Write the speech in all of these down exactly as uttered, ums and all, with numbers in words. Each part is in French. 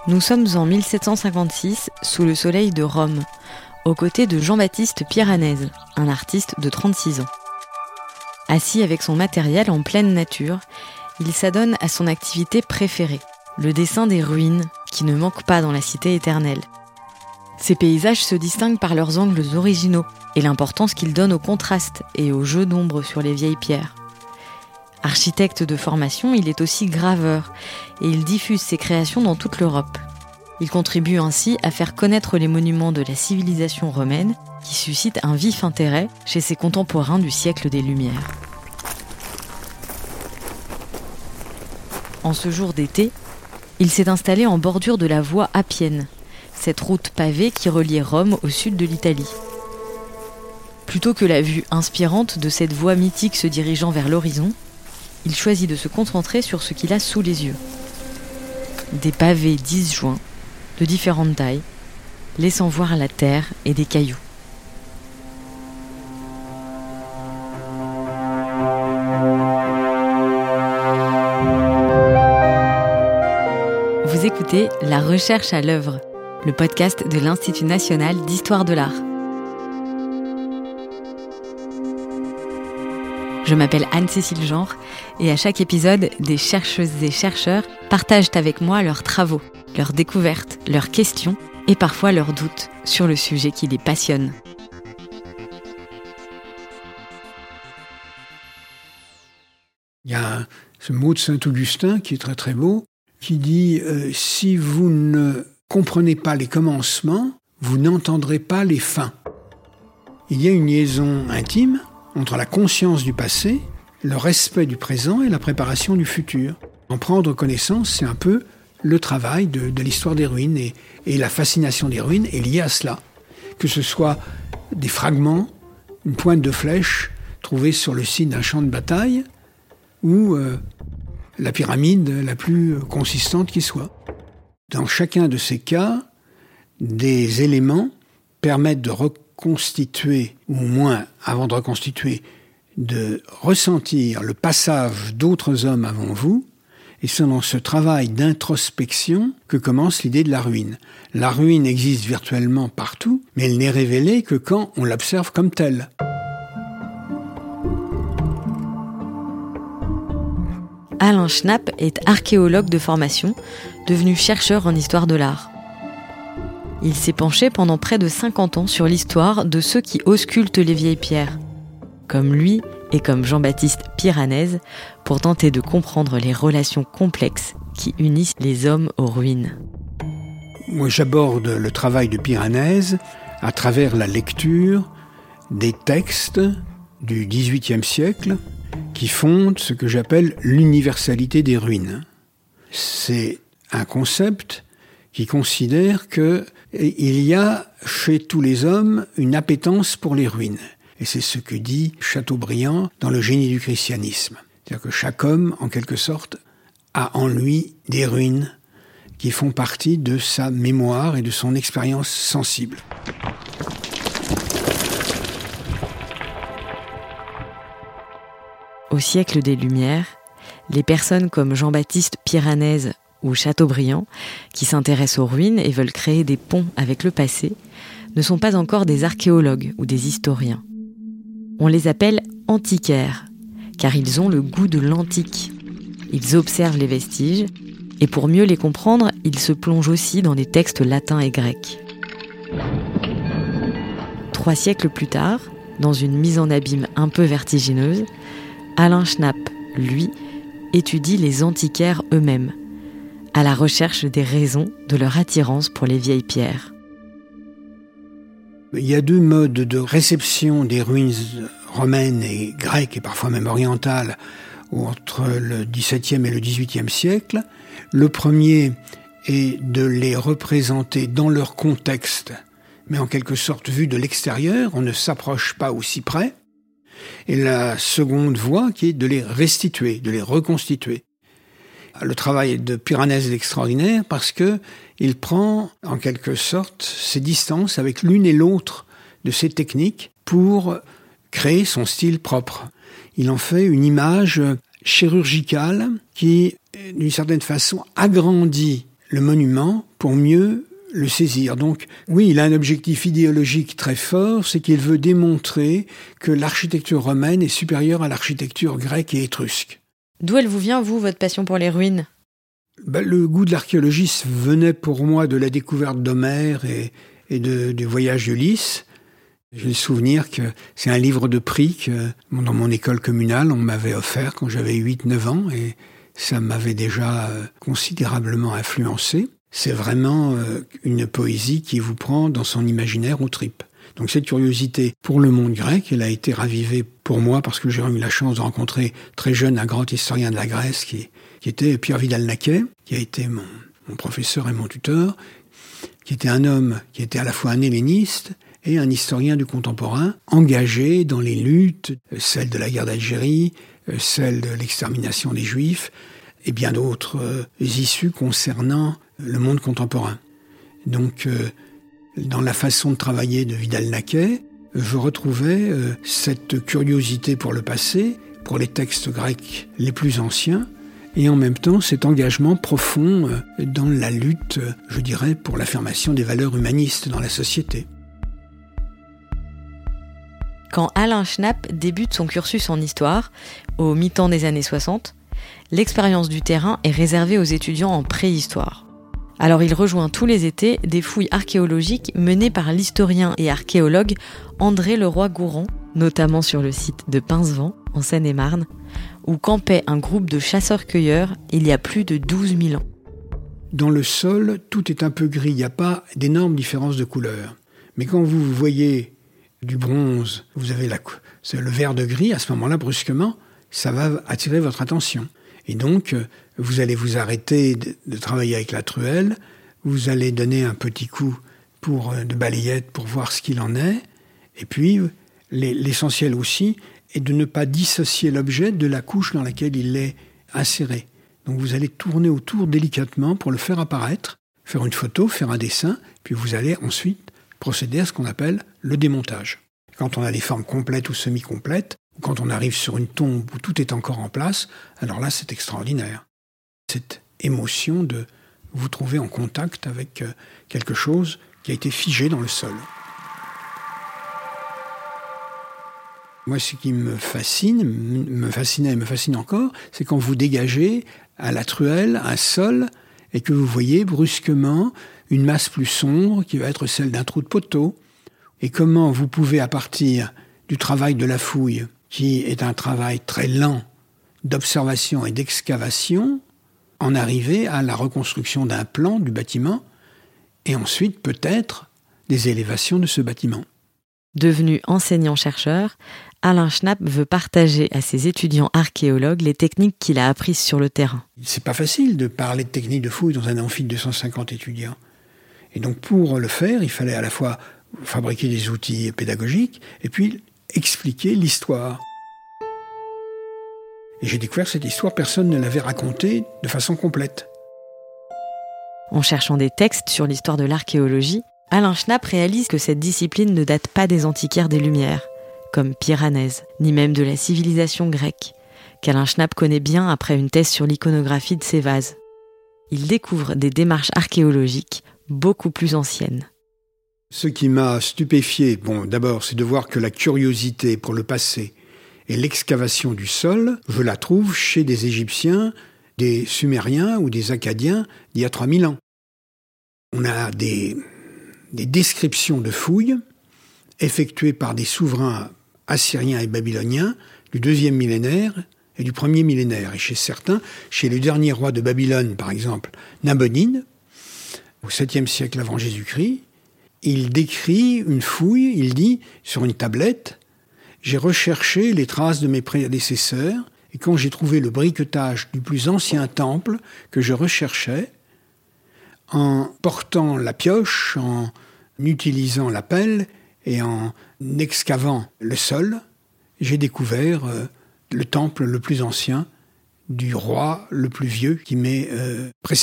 Nous sommes en mille sept cent cinquante-six, sous le soleil de Rome, aux côtés de Jean-Baptiste Piranèse, un artiste de trente-six ans. Assis avec son matériel en pleine nature, il s'adonne à son activité préférée, le dessin des ruines qui ne manquent pas dans la cité éternelle. Ces paysages se distinguent par leurs angles originaux et l'importance qu'ils donnent au contraste et au jeu d'ombre sur les vieilles pierres. Architecte de formation, il est aussi graveur et il diffuse ses créations dans toute l'Europe. Il contribue ainsi à faire connaître les monuments de la civilisation romaine qui suscitent un vif intérêt chez ses contemporains du siècle des Lumières. En ce jour d'été, il s'est installé en bordure de la voie Appienne, cette route pavée qui reliait Rome au sud de l'Italie. Plutôt que la vue inspirante de cette voie mythique se dirigeant vers l'horizon, il choisit de se concentrer sur ce qu'il a sous les yeux. Des pavés disjoints, de différentes tailles, laissant voir la terre et des cailloux. Vous écoutez La Recherche à l'œuvre, le podcast de l'Institut national d'histoire de l'art. Je m'appelle Anne-Cécile Genre et à chaque épisode, des chercheuses et chercheurs partagent avec moi leurs travaux, leurs découvertes, leurs questions et parfois leurs doutes sur le sujet qui les passionne. Il y a ce mot de Saint-Augustin qui est très très beau, qui dit euh, « Si vous ne comprenez pas les commencements, vous n'entendrez pas les fins ». Il y a une liaison intime entre la conscience du passé, le respect du présent et la préparation du futur. En prendre connaissance, c'est un peu le travail de, de l'histoire des ruines et, et la fascination des ruines est liée à cela. Que ce soit des fragments, une pointe de flèche trouvée sur le site d'un champ de bataille ou euh, la pyramide la plus consistante qui soit. Dans chacun de ces cas, des éléments permettent de reconstituer, ou au moins, avant de reconstituer, de ressentir le passage d'autres hommes avant vous, et c'est dans ce travail d'introspection que commence l'idée de la ruine. La ruine existe virtuellement partout, mais elle n'est révélée que quand on l'observe comme telle. Alain Schnapp est archéologue de formation, devenu chercheur en histoire de l'art. Il s'est penché pendant près de cinquante ans sur l'histoire de ceux qui auscultent les vieilles pierres, comme lui et comme Jean-Baptiste Piranèse, pour tenter de comprendre les relations complexes qui unissent les hommes aux ruines. Moi, j'aborde le travail de Piranèse à travers la lecture des textes du dix-huitième siècle qui fondent ce que j'appelle l'universalité des ruines. C'est un concept qui considère qu'il y a chez tous les hommes une appétence pour les ruines. Et c'est ce que dit Chateaubriand dans Le génie du christianisme. C'est-à-dire que chaque homme, en quelque sorte, a en lui des ruines qui font partie de sa mémoire et de son expérience sensible. Au siècle des Lumières, les personnes comme Jean-Baptiste Piranèse ou Chateaubriand, qui s'intéressent aux ruines et veulent créer des ponts avec le passé, ne sont pas encore des archéologues ou des historiens. On les appelle antiquaires, car ils ont le goût de l'antique. Ils observent les vestiges, et pour mieux les comprendre, ils se plongent aussi dans les textes latins et grecs. Trois siècles plus tard, dans une mise en abîme un peu vertigineuse, Alain Schnapp, lui, étudie les antiquaires eux-mêmes, à la recherche des raisons de leur attirance pour les vieilles pierres. Il y a deux modes de réception des ruines romaines et grecques, et parfois même orientales, entre le dix-septième et le dix-huitième siècle. Le premier est de les représenter dans leur contexte, mais en quelque sorte vu de l'extérieur, on ne s'approche pas aussi près. Et la seconde voie qui est de les restituer, de les reconstituer. Le travail de Piranèse est extraordinaire parce que il prend en quelque sorte ses distances avec l'une et l'autre de ces techniques pour créer son style propre. Il en fait une image chirurgicale qui, d'une certaine façon, agrandit le monument pour mieux le saisir. Donc oui, il a un objectif idéologique très fort, c'est qu'il veut démontrer que l'architecture romaine est supérieure à l'architecture grecque et étrusque. D'où elle vous vient, vous, votre passion pour les ruines ? Ben, le goût de l'archéologie venait pour moi de la découverte d'Homère et, et de, du voyage d'Ulysse. J'ai le souvenir que c'est un livre de prix que dans mon école communale, on m'avait offert quand j'avais huit neuf ans et ça m'avait déjà considérablement influencé. C'est vraiment une poésie qui vous prend dans son imaginaire aux tripes. Donc cette curiosité pour le monde grec, elle a été ravivée pour moi parce que j'ai eu la chance de rencontrer très jeune un grand historien de la Grèce qui, qui était Pierre Vidal-Naquet, qui a été mon, mon professeur et mon tuteur, qui était un homme qui était à la fois un helléniste et un historien du contemporain, engagé dans les luttes, celle de la guerre d'Algérie, celle de l'extermination des Juifs, et bien d'autres euh, issues concernant le monde contemporain. Donc, euh, dans la façon de travailler de Vidal-Naquet, je retrouvais euh, cette curiosité pour le passé, pour les textes grecs les plus anciens, et en même temps cet engagement profond euh, dans la lutte, euh, je dirais, pour l'affirmation des valeurs humanistes dans la société. Quand Alain Schnapp débute son cursus en histoire, au mi-temps des années soixante, l'expérience du terrain est réservée aux étudiants en préhistoire. Alors il rejoint tous les étés des fouilles archéologiques menées par l'historien et archéologue André Leroy-Gourand, notamment sur le site de Pincevent, en Seine-et-Marne, où campait un groupe de chasseurs-cueilleurs il y a plus de douze mille ans. Dans le sol, tout est un peu gris, il n'y a pas d'énormes différences de couleur. Mais quand vous voyez du bronze, vous avez la, c'est le vert de gris, à ce moment-là, brusquement, ça va attirer votre attention. Et donc, vous allez vous arrêter de, de travailler avec la truelle, vous allez donner un petit coup pour, de balayette pour voir ce qu'il en est, et puis les, l'essentiel aussi est de ne pas dissocier l'objet de la couche dans laquelle il est inséré. Donc vous allez tourner autour délicatement pour le faire apparaître, faire une photo, faire un dessin, puis vous allez ensuite procéder à ce qu'on appelle le démontage. Quand on a des formes complètes ou semi-complètes, ou quand on arrive sur une tombe où tout est encore en place, alors là, c'est extraordinaire. Cette émotion de vous trouver en contact avec quelque chose qui a été figé dans le sol. Moi, ce qui me fascine, me fascinait et me fascine encore, c'est quand vous dégagez à la truelle un sol et que vous voyez brusquement une masse plus sombre qui va être celle d'un trou de poteau. Et comment vous pouvez, à partir du travail de la fouille, qui est un travail très lent d'observation et d'excavation, en arriver à la reconstruction d'un plan du bâtiment et ensuite peut-être des élévations de ce bâtiment. Devenu enseignant-chercheur, Alain Schnapp veut partager à ses étudiants archéologues les techniques qu'il a apprises sur le terrain. C'est pas facile de parler de techniques de fouille dans un amphi de deux cent cinquante étudiants. Et donc pour le faire, il fallait à la fois fabriquer des outils pédagogiques et puis expliquer l'histoire. Et j'ai découvert cette histoire, personne ne l'avait racontée de façon complète. En cherchant des textes sur l'histoire de l'archéologie, Alain Schnapp réalise que cette discipline ne date pas des antiquaires des Lumières, comme Piranèse, ni même de la civilisation grecque, qu'Alain Schnapp connaît bien après une thèse sur l'iconographie de ces vases. Il découvre des démarches archéologiques beaucoup plus anciennes. Ce qui m'a stupéfié, bon, d'abord, c'est de voir que la curiosité pour le passé et l'excavation du sol, je la trouve chez des Égyptiens, des Sumériens ou des Akkadiens d'il y a trois mille ans. On a des, des descriptions de fouilles effectuées par des souverains assyriens et babyloniens du deuxième millénaire et du premier millénaire. Et chez certains, chez le dernier roi de Babylone, par exemple, Nabonide, au septième siècle avant Jésus-Christ, il décrit une fouille, il dit, sur une tablette, « J'ai recherché les traces de mes prédécesseurs, et quand j'ai trouvé le briquetage du plus ancien temple que je recherchais, en portant la pioche, en utilisant la pelle et en excavant le sol, j'ai découvert euh, le temple le plus ancien du roi le plus vieux qui m'est euh, précédé. »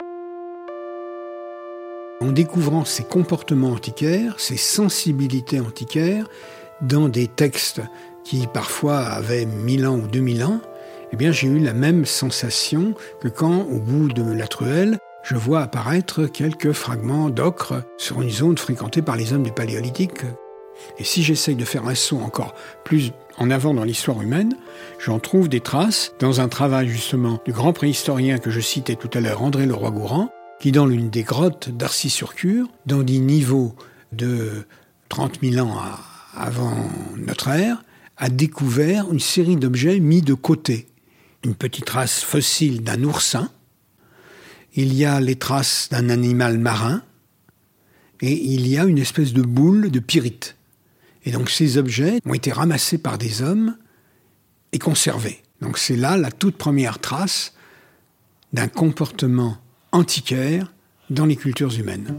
En découvrant ces comportements antiquaires, ces sensibilités antiquaires, dans des textes qui parfois avaient mille ans ou deux mille ans, eh bien j'ai eu la même sensation que quand, au bout de la truelle, je vois apparaître quelques fragments d'ocre sur une zone fréquentée par les hommes du Paléolithique. Et si j'essaye de faire un saut encore plus en avant dans l'histoire humaine, j'en trouve des traces dans un travail justement du grand préhistorien que je citais tout à l'heure, André Leroi-Gourhan, qui dans l'une des grottes d'Arcy-sur-Cure, dans des niveaux de trente mille ans avant notre ère, a découvert une série d'objets mis de côté. Une petite trace fossile d'un oursin, il y a les traces d'un animal marin, et il y a une espèce de boule de pyrite. Et donc ces objets ont été ramassés par des hommes et conservés. Donc c'est là la toute première trace d'un comportement antiquaire dans les cultures humaines.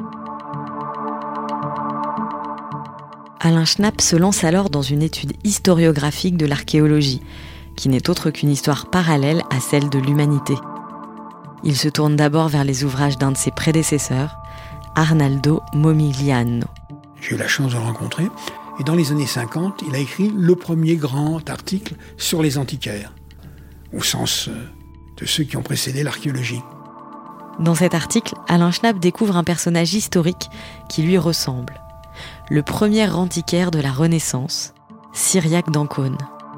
Alain Schnapp se lance alors dans une étude historiographique de l'archéologie, qui n'est autre qu'une histoire parallèle à celle de l'humanité. Il se tourne d'abord vers les ouvrages d'un de ses prédécesseurs, Arnaldo Momigliano. J'ai eu la chance de le rencontrer. Et dans les années cinquante, il a écrit le premier grand article sur les antiquaires, au sens de ceux qui ont précédé l'archéologie. Dans cet article, Alain Schnapp découvre un personnage historique qui lui ressemble. Le premier antiquaire de la Renaissance, Cyriaque d'Ancône.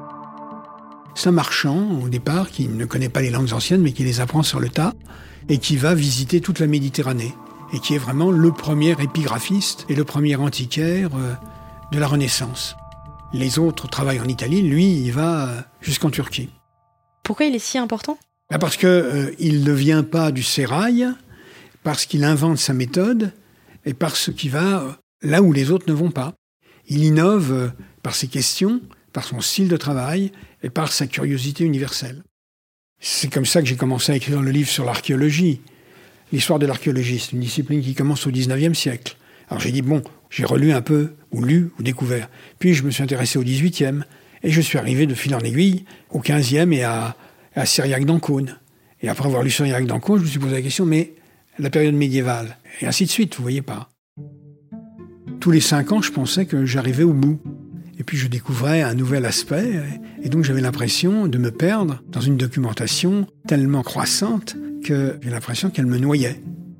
C'est un marchand, au départ, qui ne connaît pas les langues anciennes, mais qui les apprend sur le tas, et qui va visiter toute la Méditerranée, et qui est vraiment le premier épigraphiste et le premier antiquaire de la Renaissance. Les autres travaillent en Italie, lui, il va jusqu'en Turquie. Pourquoi il est si important ? Ben parce qu'il euh, ne vient pas du sérail, parce qu'il invente sa méthode, et parce qu'il va là où les autres ne vont pas. Il innove euh, par ses questions, par son style de travail, et par sa curiosité universelle. C'est comme ça que j'ai commencé à écrire le livre sur l'archéologie. L'histoire de l'archéologie, c'est une discipline qui commence au dix-neuvième siècle. Alors j'ai dit, bon, j'ai relu un peu, ou lu, ou découvert. Puis je me suis intéressé au dix-huitième, et je suis arrivé de fil en aiguille au quinzième et à, à Cyriaque d'Ancône. Et après avoir lu Cyriaque d'Ancône, je me suis posé la question, mais la période médiévale, et ainsi de suite, vous voyez pas. Tous les cinq ans, je pensais que j'arrivais au bout. Et puis je découvrais un nouvel aspect, et donc j'avais l'impression de me perdre dans une documentation tellement croissante que j'ai l'impression qu'elle me noyait.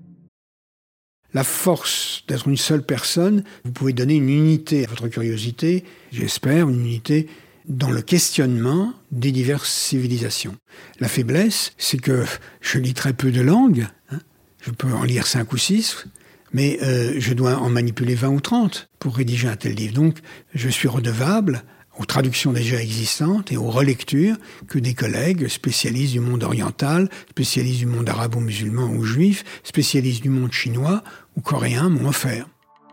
La force d'être une seule personne, vous pouvez donner une unité à votre curiosité, j'espère, une unité dans le questionnement des diverses civilisations. La faiblesse, c'est que je lis très peu de langues, hein. Je peux en lire cinq ou six, mais euh, je dois en manipuler vingt ou trente pour rédiger un tel livre. Donc, je suis redevable aux traductions déjà existantes et aux relectures que des collègues spécialistes du monde oriental, spécialistes du monde arabo-musulman ou juif, spécialistes du monde chinois ou coréen m'ont offert.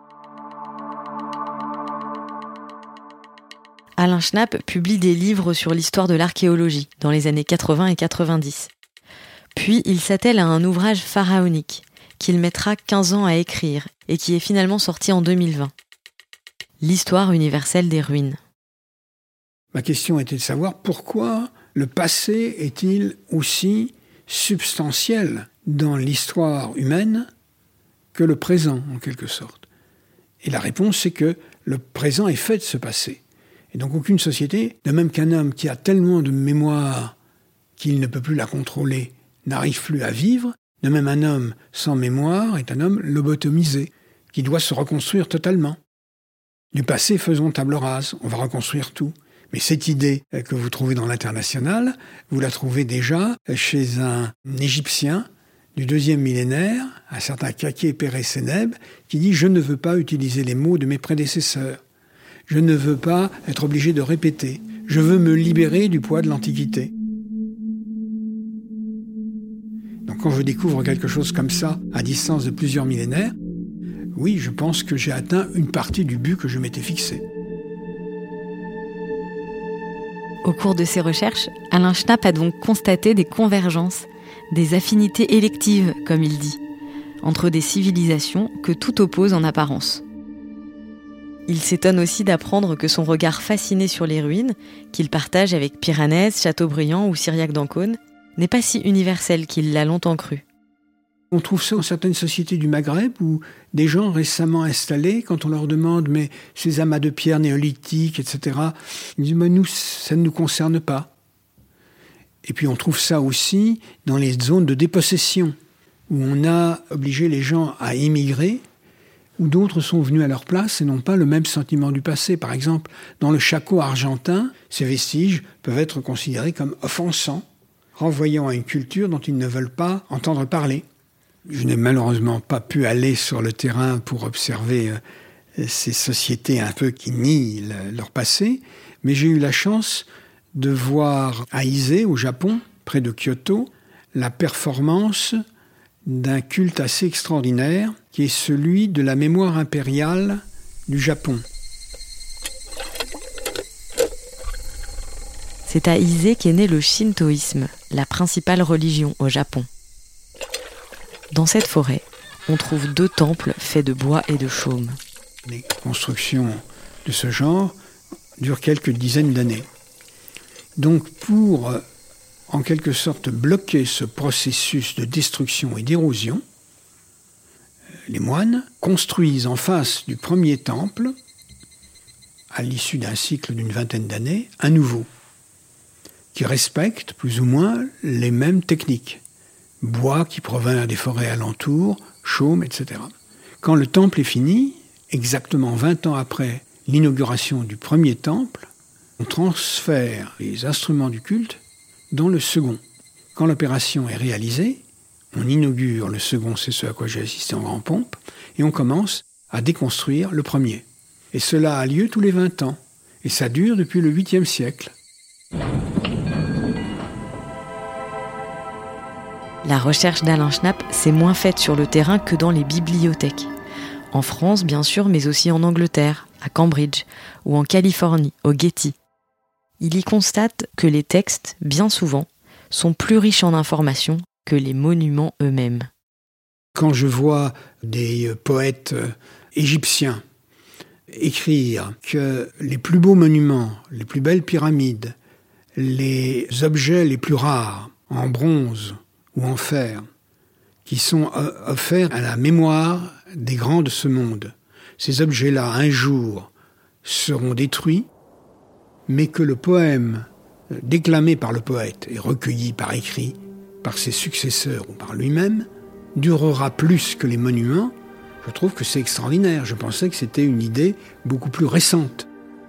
Alain Schnapp publie des livres sur l'histoire de l'archéologie dans les années quatre-vingts et quatre-vingt-dix. Puis il s'attelle à un ouvrage pharaonique qu'il mettra quinze ans à écrire et qui est finalement sorti en deux mille vingt. L'histoire universelle des ruines. Ma question était de savoir pourquoi le passé est-il aussi substantiel dans l'histoire humaine que le présent, en quelque sorte. Et la réponse, c'est que le présent est fait de ce passé. Et donc aucune société, de même qu'un homme qui a tellement de mémoire qu'il ne peut plus la contrôler, n'arrive plus à vivre, de même un homme sans mémoire est un homme lobotomisé, qui doit se reconstruire totalement. Du passé, faisons table rase, on va reconstruire tout. Mais cette idée que vous trouvez dans l'Internationale, vous la trouvez déjà chez un Égyptien du deuxième millénaire, un certain Kaké Pérez Sénèbe, qui dit « Je ne veux pas utiliser les mots de mes prédécesseurs. Je ne veux pas être obligé de répéter. Je veux me libérer du poids de l'Antiquité. » Donc quand je découvre quelque chose comme ça, à distance de plusieurs millénaires, oui, je pense que j'ai atteint une partie du but que je m'étais fixé. Au cours de ses recherches, Alain Schnapp a donc constaté des convergences, des affinités électives, comme il dit, entre des civilisations que tout oppose en apparence. Il s'étonne aussi d'apprendre que son regard fasciné sur les ruines, qu'il partage avec Piranèse, Chateaubriand ou Cyriaque d'Ancône, n'est pas si universel qu'il l'a longtemps cru. On trouve ça dans certaines sociétés du Maghreb où des gens récemment installés, quand on leur demande « mais ces amas de pierre néolithiques, et cetera » ils disent « mais nous, ça ne nous concerne pas ». Et puis on trouve ça aussi dans les zones de dépossession où on a obligé les gens à immigrer, où d'autres sont venus à leur place et n'ont pas le même sentiment du passé. Par exemple, dans le Chaco argentin, ces vestiges peuvent être considérés comme offensants, renvoyant à une culture dont ils ne veulent pas entendre parler. Je n'ai malheureusement pas pu aller sur le terrain pour observer euh, ces sociétés un peu qui nient le, leur passé, mais j'ai eu la chance de voir à Ise, au Japon, près de Kyoto, la performance d'un culte assez extraordinaire qui est celui de la mémoire impériale du Japon. C'est à Ise qu'est né le shintoïsme, la principale religion au Japon. Dans cette forêt, on trouve deux temples faits de bois et de chaume. Les constructions de ce genre durent quelques dizaines d'années. Donc pour, en quelque sorte, bloquer ce processus de destruction et d'érosion, les moines construisent en face du premier temple, à l'issue d'un cycle d'une vingtaine d'années, un nouveau, qui respecte plus ou moins les mêmes techniques. Bois qui provient des forêts alentours, chaume, et cetera. Quand le temple est fini, exactement vingt ans après l'inauguration du premier temple, on transfère les instruments du culte dans le second. Quand l'opération est réalisée, on inaugure le second, c'est ce à quoi j'ai assisté en grande pompe, et on commence à déconstruire le premier. Et cela a lieu tous les vingt ans, et ça dure depuis le huitième siècle. La recherche d'Alain Schnapp s'est moins faite sur le terrain que dans les bibliothèques. En France, bien sûr, mais aussi en Angleterre, à Cambridge, ou en Californie, au Getty. Il y constate que les textes, bien souvent, sont plus riches en informations que les monuments eux-mêmes. Quand je vois des poètes égyptiens écrire que les plus beaux monuments, les plus belles pyramides, les objets les plus rares, en bronze ou en fer, qui sont offerts à la mémoire des grands de ce monde, ces objets-là, un jour, seront détruits, mais que le poème déclamé par le poète et recueilli par écrit par ses successeurs ou par lui-même durera plus que les monuments, je trouve que c'est extraordinaire. Je pensais que c'était une idée beaucoup plus récente.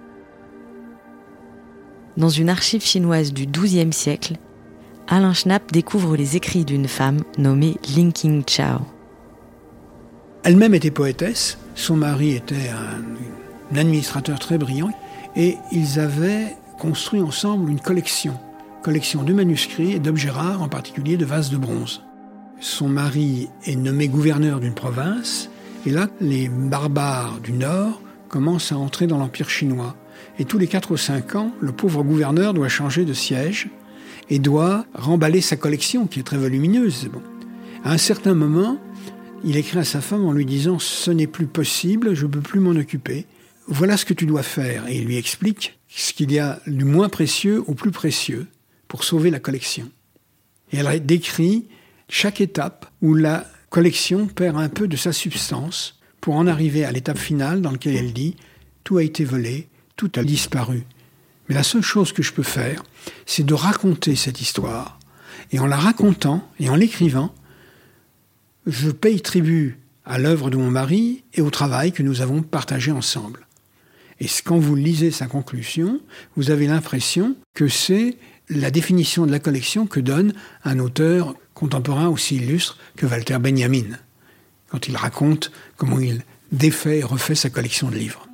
Dans une archive chinoise du douzième siècle, Alain Schnapp découvre les écrits d'une femme nommée Ling Qingchao. Elle-même était poétesse, son mari était un, un administrateur très brillant, et ils avaient construit ensemble une collection, collection de manuscrits et d'objets rares, en particulier de vases de bronze. Son mari est nommé gouverneur d'une province, et là, les barbares du Nord commencent à entrer dans l'Empire chinois. Et tous les quatre ou cinq ans, le pauvre gouverneur doit changer de siège et doit remballer sa collection, qui est très volumineuse. Bon. À un certain moment, il écrit à sa femme en lui disant « Ce n'est plus possible, je ne peux plus m'en occuper. Voilà ce que tu dois faire. » Et il lui explique ce qu'il y a du moins précieux au plus précieux pour sauver la collection. Et elle décrit chaque étape où la collection perd un peu de sa substance pour en arriver à l'étape finale dans laquelle elle dit « Tout a été volé, tout a disparu. » Mais la seule chose que je peux faire, c'est de raconter cette histoire. Et en la racontant et en l'écrivant, je paye tribut à l'œuvre de mon mari et au travail que nous avons partagé ensemble. Et quand vous lisez sa conclusion, vous avez l'impression que c'est la définition de la collection que donne un auteur contemporain aussi illustre que Walter Benjamin, quand il raconte comment il défait et refait sa collection de livres.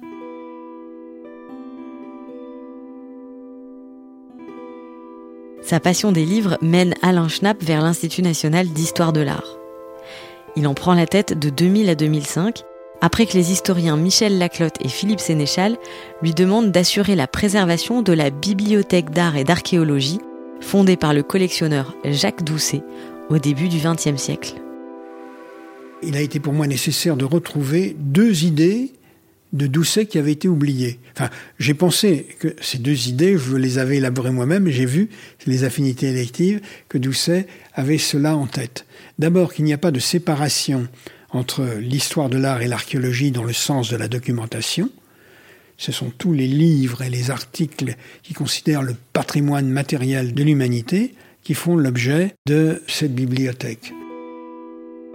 Sa passion des livres mène Alain Schnapp vers l'Institut national d'histoire de l'art. Il en prend la tête de deux mille à deux mille cinq, après que les historiens Michel Laclotte et Philippe Sénéchal lui demandent d'assurer la préservation de la bibliothèque d'art et d'archéologie fondée par le collectionneur Jacques Doucet au début du vingtième siècle. Il a été pour moi nécessaire de retrouver deux idées de Doucet qui avaient été oubliées. Enfin, j'ai pensé que ces deux idées, je les avais élaborées moi-même, et j'ai vu, les affinités électives, que Doucet avait cela en tête. D'abord, qu'il n'y a pas de séparation entre l'histoire de l'art et l'archéologie dans le sens de la documentation. Ce sont tous les livres et les articles qui considèrent le patrimoine matériel de l'humanité qui font l'objet de cette bibliothèque.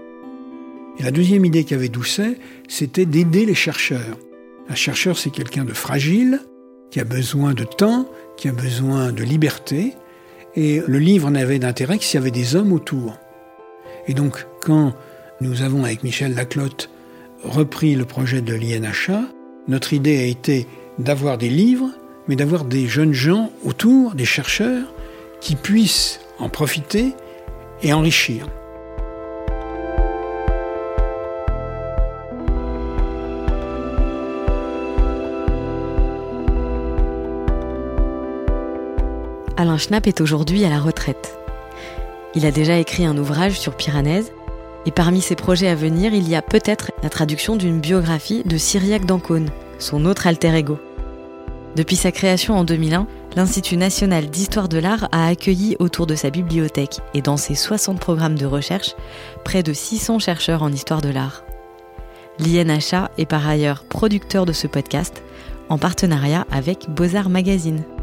Et la deuxième idée qu'avait Doucet, c'était d'aider les chercheurs. Un chercheur, c'est quelqu'un de fragile, qui a besoin de temps, qui a besoin de liberté. Et le livre n'avait d'intérêt que s'il y avait des hommes autour. Et donc, quand nous avons, avec Michel Laclotte, repris le projet de l'I N H A, notre idée a été d'avoir des livres, mais d'avoir des jeunes gens autour, des chercheurs, qui puissent en profiter et enrichir. Alain Schnapp est aujourd'hui à la retraite. Il a déjà écrit un ouvrage sur Piranèse, et parmi ses projets à venir, il y a peut-être la traduction d'une biographie de Cyriaque d'Ancône, son autre alter ego. Depuis sa création en deux mille un, l'Institut national d'histoire de l'art a accueilli autour de sa bibliothèque et dans ses soixante programmes de recherche, près de six cents chercheurs en histoire de l'art. L'I N H A est par ailleurs producteur de ce podcast, en partenariat avec Beaux-Arts Magazine.